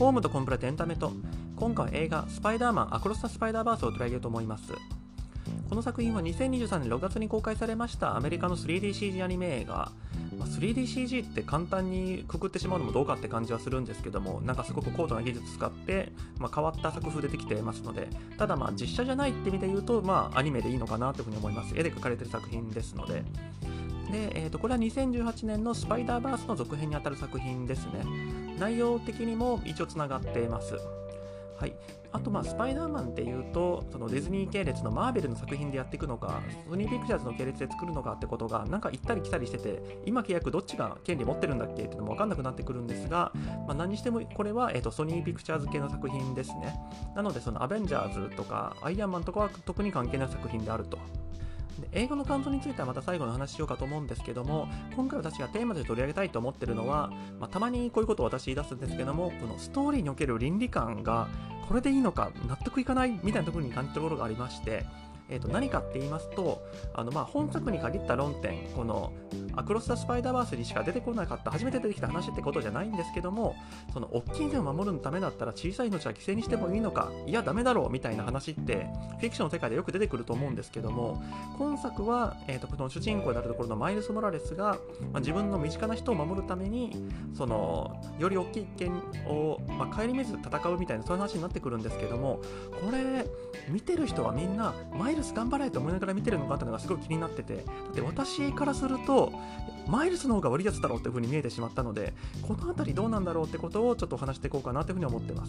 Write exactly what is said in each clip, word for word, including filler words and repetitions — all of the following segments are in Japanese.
ホームとコンプラとエンタメと、今回は映画スパイダーマンアクロス・ザ・スパイダーバースを取り上げようと思います。この作品はにせんにじゅうさんねんろくがつに公開されましたアメリカの スリーディーシージー アニメ映画。まあ、スリーディーシージー って簡単にくくってしまうのもどうかって感じはするんですけども、なんかすごく高度な技術使って、まあ、変わった作風でできていますので、ただまあ実写じゃないって意味で言うと、まあアニメでいいのかなというふうに思います。絵で描かれている作品ですので。で、えーと、これはにせんじゅうはちねんのスパイダーバースの続編にあたる作品ですね。内容的にも一応つながっています。はい、あとまあスパイダーマンっていうと、そのディズニー系列のマーベルの作品でやっていくのか、ソニーピクチャーズの系列で作るのかってことがなんか行ったり来たりしてて、今契約どっちが権利持ってるんだっけっていうのも分かんなくなってくるんですが、まあ、何にしてもこれは、えーとソニーピクチャーズ系の作品ですね。なのでそのアベンジャーズとかアイアンマンとかは特に関係ない作品であると。で映画の感想についてはまた最後の話しようかと思うんですけども、今回私がテーマで取り上げたいと思ってるのは、まあ、たまにこういうことを私言い出すんですけども、このストーリーにおける倫理観がこれでいいのか納得いかないみたいなところに感じたところがありまして、えー、と何かって言いますと、あのまあ本作に限った論点、このアクロス・ザ・スパイダーバースにしか出てこなかった初めて出てきた話ってことじゃないんですけども、その大きい線を守るためだったら小さい命は犠牲にしてもいいのか、いやダメだろうみたいな話ってフィクションの世界でよく出てくると思うんですけども、今作は、えー、とこの主人公であるところのマイルス・モラレスが、まあ、自分の身近な人を守るためにそのより大きい危険を、まあ、顧みず戦うみたいなそういう話になってくるんですけども、これ見てる人はみんなマイルス頑張れと思いながら見てるのかっていうのがすごい気になってて、だって私からするとマイルスの方が悪いやつだろうっていう風に見えてしまったので、このあたりどうなんだろうってことをちょっとお話していこうかなというふうに思ってます。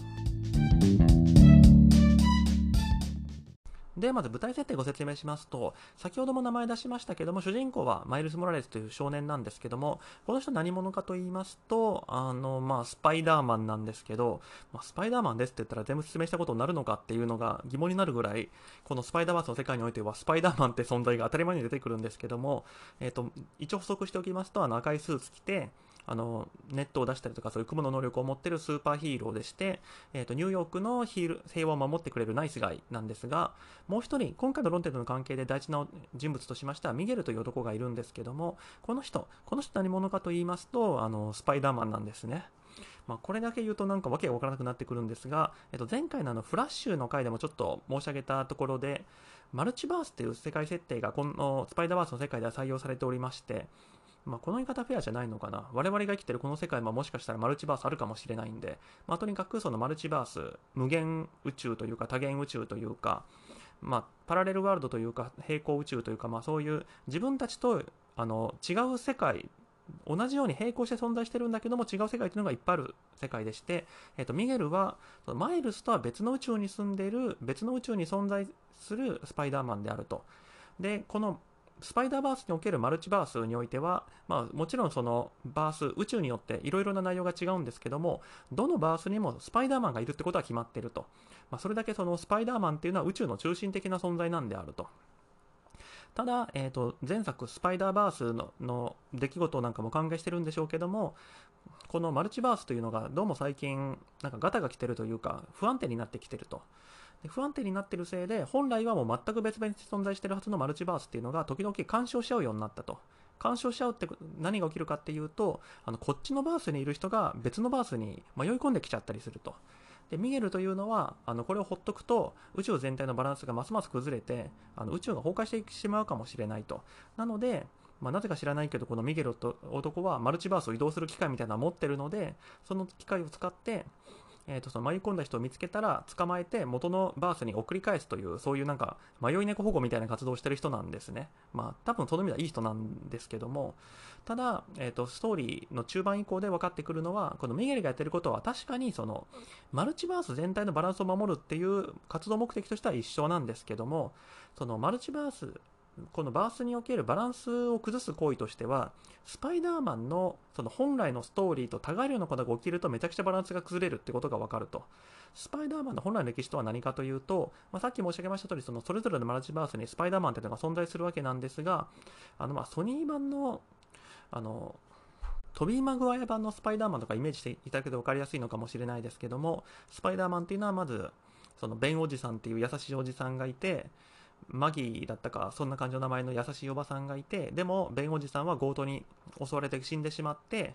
でまず舞台設定ご説明しますと、先ほども名前出しましたけども、主人公はマイルス・モラレスという少年なんですけども、この人何者かと言いますと、あのまあスパイダーマンなんですけど、まあ、スパイダーマンですって言ったら全部説明したことになるのかっていうのが疑問になるぐらい、このスパイダーバースの世界においてはスパイダーマンって存在が当たり前に出てくるんですけども、えーと、一応補足しておきますと、あの赤いスーツ着てあのネットを出したりとかそういう雲の能力を持っているスーパーヒーローでして、えーと、ニューヨークのヒール平和を守ってくれるナイスガイなんですが、もう一人今回の論点との関係で大事な人物としましてはミゲルという男がいるんですけども、この人この人何者かと言いますと、あのスパイダーマンなんですね。まあ、これだけ言うとなんかわけが分からなくなってくるんですが、えっと、前回のあのフラッシュの回でもちょっと申し上げたところで、マルチバースという世界設定がこのスパイダーバースの世界では採用されておりまして、まあ、この言い方フェアじゃないのかな。我々が生きてるこの世界ももしかしたらマルチバースあるかもしれないんで、まあ、とにかくそのマルチバース、無限宇宙というか多元宇宙というか、まあ、パラレルワールドというか平行宇宙というか、まあ、そういう自分たちとあの違う世界、同じように並行して存在してるんだけども違う世界というのがいっぱいある世界でして、えー、とミゲルはマイルスとは別の宇宙に住んでいる別の宇宙に存在するスパイダーマンであると。でこのスパイダーバースにおけるマルチバースにおいては、まあ、もちろんそのバース宇宙によっていろいろな内容が違うんですけども、どのバースにもスパイダーマンがいるってことは決まっていると。まあ、それだけそのスパイダーマンっていうのは宇宙の中心的な存在なんであると。ただ、えーと、前作スパイダーバース の, の出来事なんかも考えしてるんでしょうけども、このマルチバースというのがどうも最近なんかガタが来てるというか不安定になってきてると。で不安定になっているせいで、本来はもう全く別々に存在しているはずのマルチバースっていうのが時々干渉しちゃうようになったと。干渉しちゃうって何が起きるかっていうと、あのこっちのバースにいる人が別のバースに迷い込んできちゃったりすると。でミゲルというのはあのこれをほっとくと宇宙全体のバランスがますます崩れて、あの宇宙が崩壊してしまうかもしれないと。なので、まあ、なぜか知らないけどこのミゲルと男はマルチバースを移動する機械みたいなのを持ってるので、その機械を使ってえー、とその迷い込んだ人を見つけたら捕まえて元のバースに送り返すという、そういうなんか迷い猫保護みたいな活動をしてる人なんですね。まあ多分その意味ではいい人なんですけども、ただ、えー、とストーリーの中盤以降で分かってくるのは、このミゲルがやってることは確かにそのマルチバース全体のバランスを守るっていう活動目的としては一緒なんですけども、そのマルチバースこのバースにおけるバランスを崩す行為としては、スパイダーマンのその本来のストーリーと互いのようなことが起きるとめちゃくちゃバランスが崩れるってことが分かると。スパイダーマンの本来の歴史とは何かというと、まあ、さっき申し上げました通り、そのそれぞれのマルチバースにスパイダーマンというのが存在するわけなんですが、あのまあソニー版のあのトビー・マグワイア版のスパイダーマンとかイメージしていただけて分かりやすいのかもしれないですけども、スパイダーマンっていうのはまずそのベンおじさんっていう優しいおじさんがいて、マギーだったかそんな感じの名前の優しいおばさんがいて、でもベンおじさんは強盗に襲われて死んでしまって、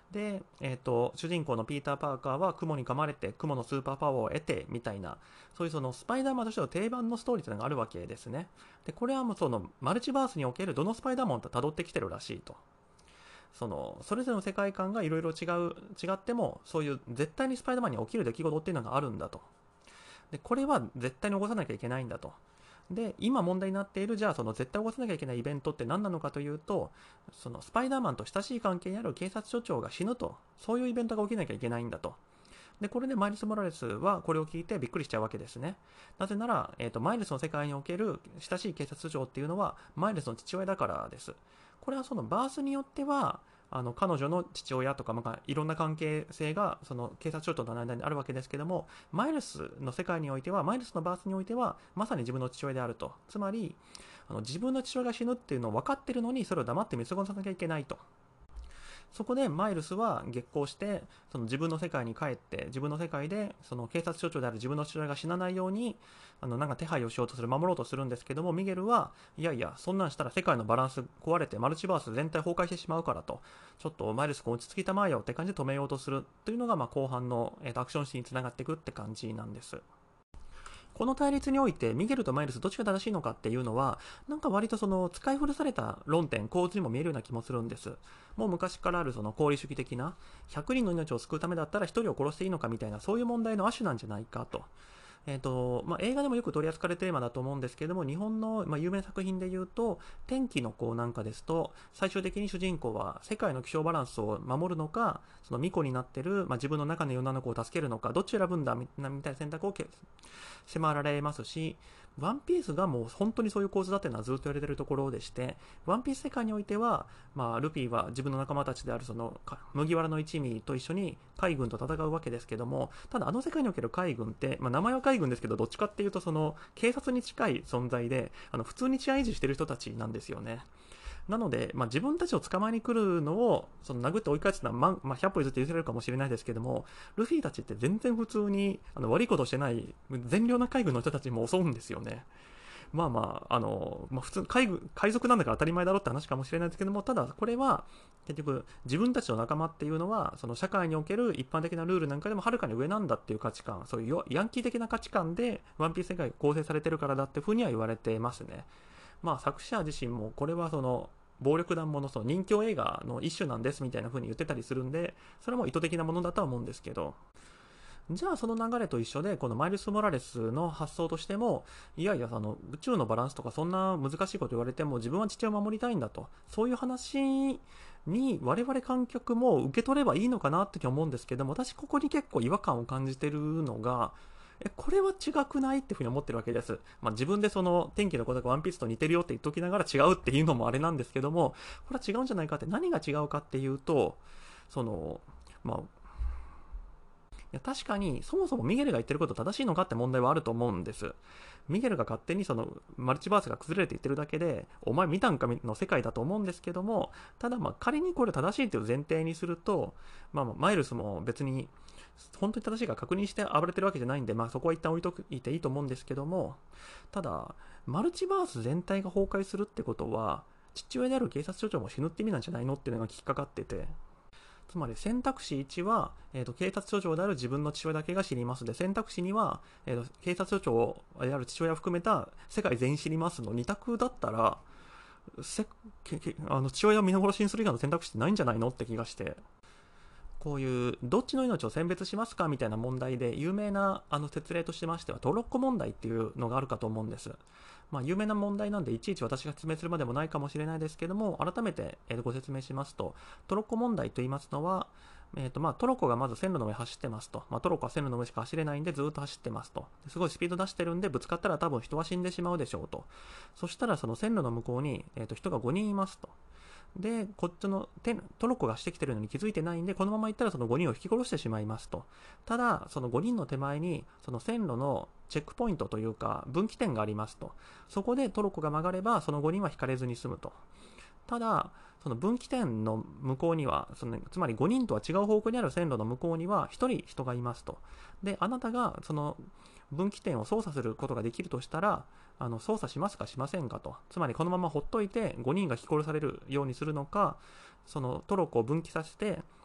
で、えーと、主人公のピーター・パーカーは雲に噛まれて雲のスーパーパワーを得てみたいな、そういうそのスパイダーマンとしての定番のストーリーというのがあるわけですね。でこれはもうそのマルチバースにおけるどのスパイダーマンと辿ってきてるらしいと。そのそれぞれの世界観がいろいろ違う違っても、そういう絶対にスパイダーマンに起きる出来事っていうのがあるんだと。でこれは絶対に起こさなきゃいけないんだと。で今問題になっている、じゃあその絶対起こさなきゃいけないイベントって何なのかというと、そのスパイダーマンと親しい関係にある警察署長が死ぬと、そういうイベントが起きなきゃいけないんだと。でこれでマイルス・モラレスはこれを聞いてびっくりしちゃうわけですね。なぜなら、えーと、マイルスの世界における親しい警察署長っていうのはマイルスの父親だからです。これはそのバースによってはあの彼女の父親とか、まあ、いろんな関係性がその警察署長との間にあるわけですけども、マイルスの世界においては、マイルスのバースにおいてはまさに自分の父親であると。つまりあの自分の父親が死ぬっていうのを分かってるのに、それを黙って見過ごさなきゃいけないと。そこでマイルスは激高して、その自分の世界に帰って、自分の世界でその警察署長である自分の父親が死なないように、あのなんか手配をしようとする、守ろうとするんですけども、ミゲルはいやいや、そんなんしたら世界のバランス壊れてマルチバース全体崩壊してしまうからと、ちょっとマイルス君落ち着きたまえよって感じで止めようとするというのが、まあ後半の、えーと、アクションシーンにつながっていくって感じなんです。この対立においてミゲルとマイルスどっちが正しいのかっていうのは、なんか割とその使い古された論点構図にも見えるような気もするんです。もう昔からあるその功利主義的な、ひゃくにんの命を救うためだったらひとりを殺していいのかみたいな、そういう問題の亜種なんじゃないかと。えーとまあ、映画でもよく取り扱われるテーマだと思うんですけれども、日本の、まあ、有名な作品でいうと天気の子なんかですと、最終的に主人公は世界の気象バランスを守るのか、その巫女になってる、まあ、自分の中の女の子を助けるのか、どっち選ぶんだみたいな選択を迫られますし、ワンピースがもう本当にそういう構図だっていうのはずっと言われているところでして、ワンピース世界においては、まあ、ルフィは自分の仲間たちであるその麦わらの一味と一緒に海軍と戦うわけですけども、ただあの世界における海軍って、まあ、名前は海軍ですけど、どっちかっていうとその警察に近い存在で、あの普通に治安維持してる人たちなんですよね。なので、まあ、自分たちを捕まえに来るのをその殴って追い返すのは、ままあ、ひゃっぽ譲って許せられるかもしれないですけども、ルフィたちって全然普通にあの悪いことしてない善良な海軍の人たちも襲うんですよね。まあまあ、あの、まあ、普通海軍、海賊なんだから当たり前だろって話かもしれないですけども、ただこれは結局自分たちの仲間っていうのはその社会における一般的なルールなんかでもはるかに上なんだっていう価値観、そういうヤンキー的な価値観でワンピース世界が構成されてるからだっていうふうには言われてますね。まあ作者自身もこれはその暴力団もの、その人気映画の一種なんですみたいな風に言ってたりするんで、それも意図的なものだとは思うんですけど、じゃあその流れと一緒で、このマイルス・モラレスの発想としても、いやいや、あの宇宙のバランスとかそんな難しいこと言われても自分は父を守りたいんだと、そういう話に我々観客も受け取ればいいのかなって思うんですけども、私ここに結構違和感を感じてるのが、えこれは違くないっていうふうに思ってるわけです。まあ、自分でその天気のことがワンピースと似てるよって言っときながら違うっていうのもあれなんですけども、これは違うんじゃないかって、何が違うかっていうと、そのまあいや確かにそもそもミゲルが言ってること正しいのかって問題はあると思うんです。ミゲルが勝手にそのマルチバースが崩れていってるだけで、お前見たんかの世界だと思うんですけども、ただまあ仮にこれ正しいという前提にすると、まあ、マイルスも別に本当に正しいか確認して暴れてるわけじゃないんで、まあ、そこは一旦置いといていいと思うんですけども、ただマルチバース全体が崩壊するってことは父親である警察署長も死ぬって意味なんじゃないのっていうのが引っかかってて、つまり選択肢いちは、えーと、警察署長である自分の父親だけが知りますで、選択肢には、えーと、警察署長である父親を含めた世界全員知りますのに択だったら、せけけあの父親を見殺しにする以外の選択肢ってないんじゃないのって気がして、こういうどっちの命を選別しますかみたいな問題で有名なあの説例としてましてはトロッコ問題っていうのがあるかと思うんです。まあ、有名な問題なんでいちいち私が説明するまでもないかもしれないですけども、改めてご説明しますと、トロッコ問題と言いますのは、えーとまあ、トロッコがまず線路の上走ってますと、まあ、トロッコは線路の上しか走れないんでずっと走ってますと、すごいスピード出してるんでぶつかったら多分人は死んでしまうでしょうと。そしたらその線路の向こうに、えーと人がごにんいますと。で、こっちのトロッコがしてきてるのに気づいてないんで、このまま行ったらそのごにんを引き殺してしまいますと。ただ、そのごにんの手前に、その線路のチェックポイントというか、分岐点がありますと。そこでトロッコが曲がれば、そのごにんは引かれずに済むと。ただ、その分岐点の向こうには、そのつまりごにんとは違う方向にある線路の向こうにはひとり人がいますと。で、あなたがその分岐点を操作することができるとしたら、あの操作しますかしませんかと。つまりこのままほっといてごにんが引き殺されるようにするのか、そのトロッコを分岐させて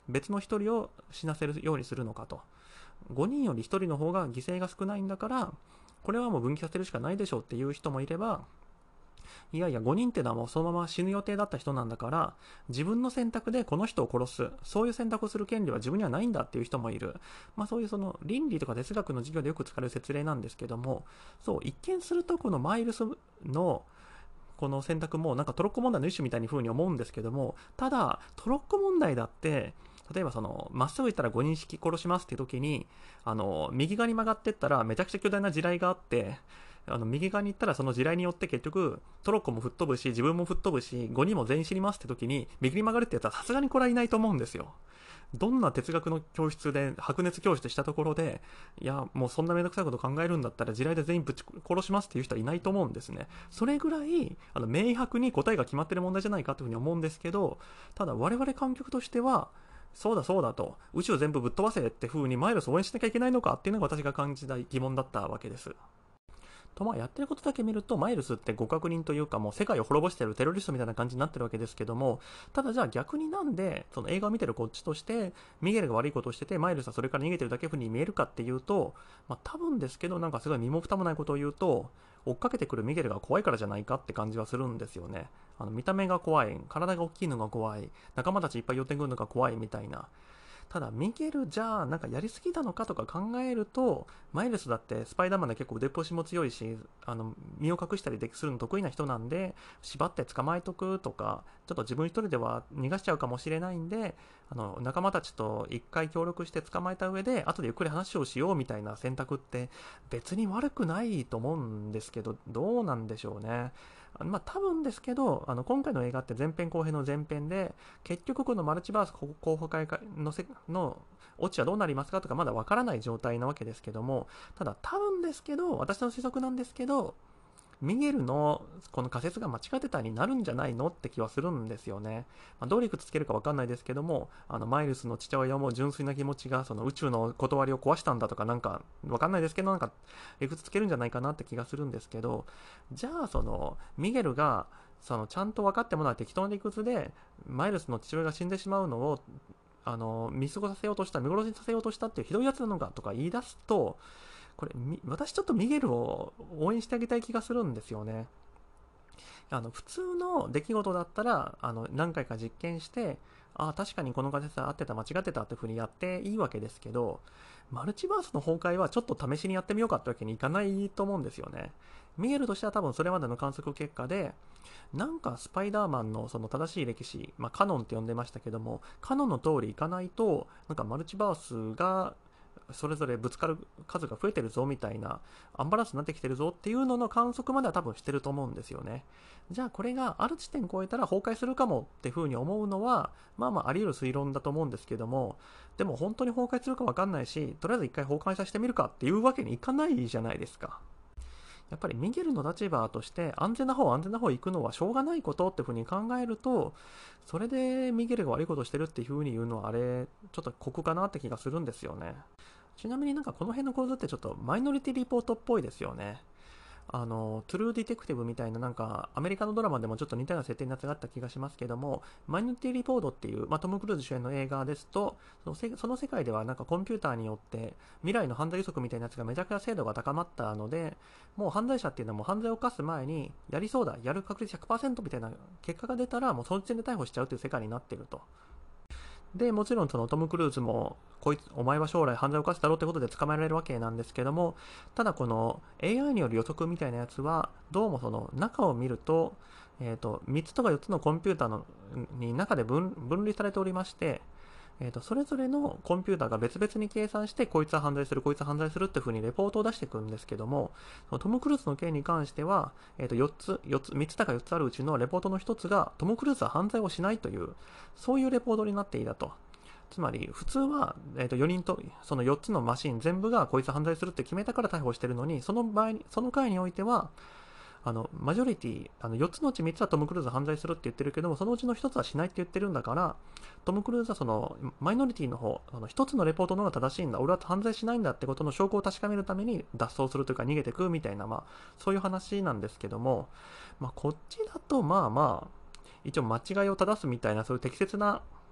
別のひとりを死なせるようにするのかと。ごにんよりひとりの方が犠牲が少ないんだから、これはもう分岐させるしかないでしょうっていう人もいれば、いやいやごにんってのはもうそのまま死ぬ予定だった人なんだから、自分の選択でこの人を殺す、そういう選択をする権利は自分にはないんだっていう人もいる。まあそういうその倫理とか哲学の授業でよく使われる説例なんですけども、そう一見するとこのマイルスのこの選択もなんかトロッコ問題の一種みたいに風に思うんですけども、ただトロッコ問題だって例えばそのまっすぐ行ったらごにん式殺しますって時に、あの右側に曲がってったらめちゃくちゃ巨大な地雷があって、あの右側に行ったらその地雷によって結局トロッコも吹っ飛ぶし自分も吹っ飛ぶしごにんも全員死にますって時に右に曲がるってやつはさすがにこれはいないと思うんですよ。どんな哲学の教室で白熱教室したところで、いやもうそんなめんどくさいこと考えるんだったら地雷で全員ぶち殺しますっていう人はいないと思うんですね。それぐらいあの明白に答えが決まってる問題じゃないかというふうに思うんですけど、ただ我々観客としてはそうだそうだと、宇宙全部ぶっ飛ばせって風にマイルスを応援しなきゃいけないのかっていうのが私が感じた疑問だったわけです。とまあやってることだけ見るとマイルスって互角人というかもう世界を滅ぼしてるテロリストみたいな感じになってるわけですけども、ただじゃあ逆になんでその映画を見てるこっちとしてミゲルが悪いことをしててマイルスはそれから逃げてるだけ風に見えるかっていうと、まあ多分ですけどなんかすごい身も蓋もないことを言うと、追っかけてくるミゲルが怖いからじゃないかって感じはするんですよね。あの見た目が怖い、体が大きいのが怖い、仲間たちいっぱい寄ってくるのが怖いみたいな。ただミゲルじゃあなんかやりすぎたのかとか考えると、マイルスだってスパイダーマンで結構腕っぷしも強いし、あの身を隠したりするの得意な人なんで、縛って捕まえとくとか、ちょっと自分一人では逃がしちゃうかもしれないんで、あの仲間たちと一回協力して捕まえた上で後でゆっくり話をしようみたいな選択って別に悪くないと思うんですけど、どうなんでしょうね。まあ多分ですけど、あの今回の映画って前編後編の前編で結局このマルチバース候補会のせのオチはどうなりますかとかまだわからない状態なわけですけども、ただ多分ですけど、私の推測なんですけど、ミゲルのこの仮説が間違ってたになるんじゃないのって気はするんですよね。まあ、どう理屈つけるかわかんないですけども、あのマイルスの父親も純粋な気持ちがその宇宙の断りを壊したんだとかなんかわかんないですけど、なんか理屈つけるんじゃないかなって気がするんですけど、じゃあそのミゲルがそのちゃんと分かってもらう適当な理屈でマイルスの父親が死んでしまうのをあの見過ごさせようとした、見殺しにさせようとしたっていうひどいやつなのかとか言い出すと、これ私ちょっとミゲルを応援してあげたい気がするんですよね。あの普通の出来事だったらあの何回か実験して、ああ確かにこの仮説は合ってた間違ってたっていう風にやっていいわけですけど、マルチバースの崩壊はちょっと試しにやってみようかってわけにいかないと思うんですよね。ミゲルとしては多分それまでの観測結果で、なんかスパイダーマンのその正しい歴史、まあ、カノンって呼んでましたけども、カノンの通りいかないとなんかマルチバースがそれぞれぶつかる数が増えてるぞみたいな、アンバランスになってきてるぞっていうのの観測までは多分してると思うんですよね。じゃあこれがある地点超えたら崩壊するかもって風に思うのはまあまああり得る推論だと思うんですけども、でも本当に崩壊するか分かんないし、とりあえず一回崩壊させてみるかっていうわけにいかないじゃないですか。やっぱりミゲルの立場として安全な方安全な方行くのはしょうがないことっていうふうに考えると、それでミゲルが悪いことをしてるっていうふうに言うのはあれちょっと酷かなって気がするんですよね。ちなみになんかこの辺の構図ってちょっとマイノリティリポートっぽいですよね。あのトゥルーディテクティブみたいななんかアメリカのドラマでもちょっと似たような設定のやつがあった気がしますけども、マイノリティリポートっていう、まあ、トム・クルーズ主演の映画ですと、そのせその世界ではなんかコンピューターによって未来の犯罪予測みたいなやつがめちゃくちゃ精度が高まったので、もう犯罪者っていうのはもう犯罪を犯す前にやりそうだ、やる確率 ひゃくパーセント みたいな結果が出たらもうその時点で逮捕しちゃうという世界になっていると。でもちろんそのトム・クルーズもこいつお前は将来犯罪を犯すだろうってことで捕まえられるわけなんですけども、ただこの エーアイ による予測みたいなやつはどうもその中を見ると、えー、とみっつとかよっつのコンピューターのに中で 分, 分離されておりまして、えー、とそれぞれのコンピューターが別々に計算してこいつは犯罪するこいつは犯罪するっていう風にレポートを出していくんですけども、トム・クルーズの件に関しては、えー、とよっつよっつみっつだかよっつあるうちのレポートのひとつがトム・クルーズは犯罪をしないという、そういうレポートになっていたと。つまり普通は、えー、とよにんとそのよっつのマシン全部がこいつ犯罪するって決めたから逮捕してるのに、その場合にその回においてはあのマジョリティあのよっつのうちみっつはトム・クルーズ犯罪するって言ってるけども、そのうちのひとつはしないって言ってるんだから、トム・クルーズはそのマイノリティの方、そのひとつのレポートの方が正しいんだ、俺は犯罪しないんだってことの証拠を確かめるために脱走するというか逃げてくみたいな、まあそういう話なんですけども、まあこっちだとまあまあ一応間違いを正すみたいなそういう適切な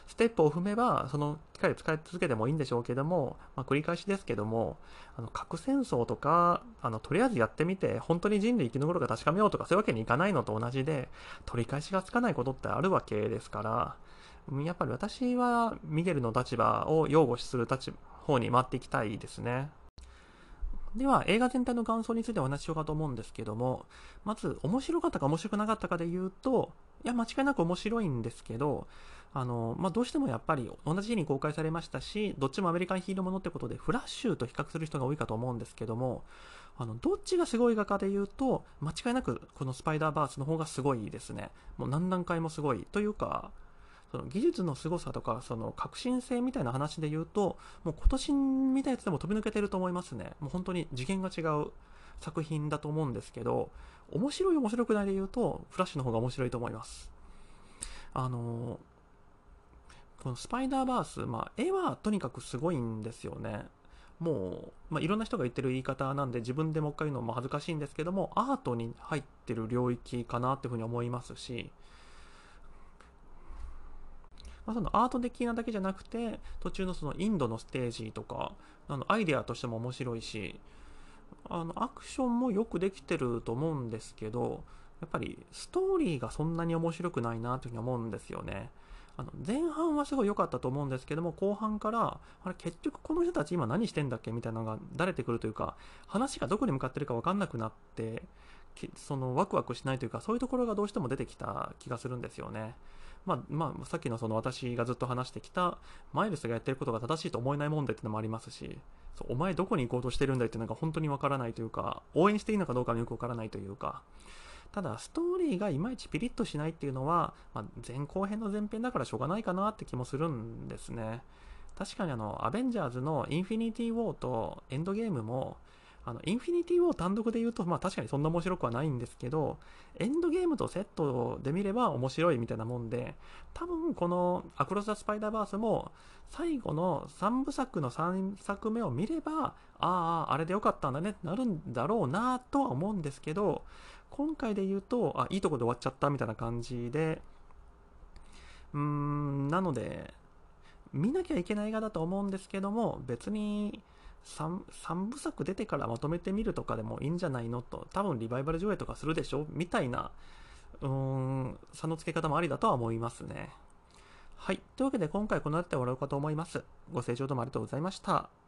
ステップを踏めばその機械を使い続けてもいいんでしょうけども、まあ、繰り返しですけども、あの核戦争とかあのとりあえずやってみて本当に人類生き残るか確かめようとかそういうわけにいかないのと同じで、取り返しがつかないことってあるわけですから、やっぱり私はミゲルの立場を擁護する立場方に回っていきたいですね。では映画全体の感想についてお話ししようかと思うんですけども、まず面白かったか面白くなかったかで言うと、いや間違いなく面白いんですけど、あのまあ、どうしてもやっぱり同じ日に公開されましたし、どっちもアメリカンヒーローものってことでフラッシュと比較する人が多いかと思うんですけども、あのどっちがすごいかで言うと間違いなくこのスパイダーバースの方がすごいですね。もう何段階もすごいというか、その技術の凄さとかその革新性みたいな話で言うと、もう今年見たやつでも飛び抜けてると思いますね。もう本当に次元が違う作品だと思うんですけど、面白い面白くないで言うとフラッシュの方が面白いと思います。あのこのスパイダーバース、まあ、絵はとにかくすごいんですよね。もう、まあ、いろんな人が言ってる言い方なんで自分でもう一回言うのも恥ずかしいんですけども、アートに入ってる領域かなっていうふうに思いますし、まあ、そのアート的なだけじゃなくて途中のそのインドのステージとかあのアイデアとしても面白いし、あのアクションもよくできてると思うんですけど、やっぱりストーリーがそんなに面白くないなというふうに思うんですよね。あの前半はすごい良かったと思うんですけども、後半からあれ結局この人たち今何してんだっけみたいなのがだれてくるというか、話がどこに向かってるか分かんなくなって、そのワクワクしないというか、そういうところがどうしても出てきた気がするんですよね。まあまあ、さっきのその私がずっと話してきたマイルスがやってることが正しいと思えないもんでっていうのもありますし、そうお前どこに行こうとしてるんだいっていうのが本当にわからないというか、応援していいのかどうかもよくわからないというか、ただストーリーがいまいちピリッとしないっていうのは、まあ、前後編の前編だからしょうがないかなって気もするんですね。確かにあのアベンジャーズのインフィニティ・ウォーとエンドゲームも、あのインフィニティ・ウォー単独で言うと、まあ、確かにそんな面白くはないんですけど、エンドゲームとセットで見れば面白いみたいなもんで、多分このアクロス・ザ・スパイダーバースも最後のさんぶさくのさんさくめを見れば、あああれでよかったんだねってなるんだろうなとは思うんですけど、今回で言うとあいいとこで終わっちゃったみたいな感じで、うーんなので見なきゃいけない映画だと思うんですけども、別に 3, 3部作出てからまとめてみるとかでもいいんじゃないのと、多分リバイバル上映とかするでしょみたいな、うーん差の付け方もありだとは思いますね。はい。というわけで今回この辺で終わろうかと思います。ご清聴どうもありがとうございました。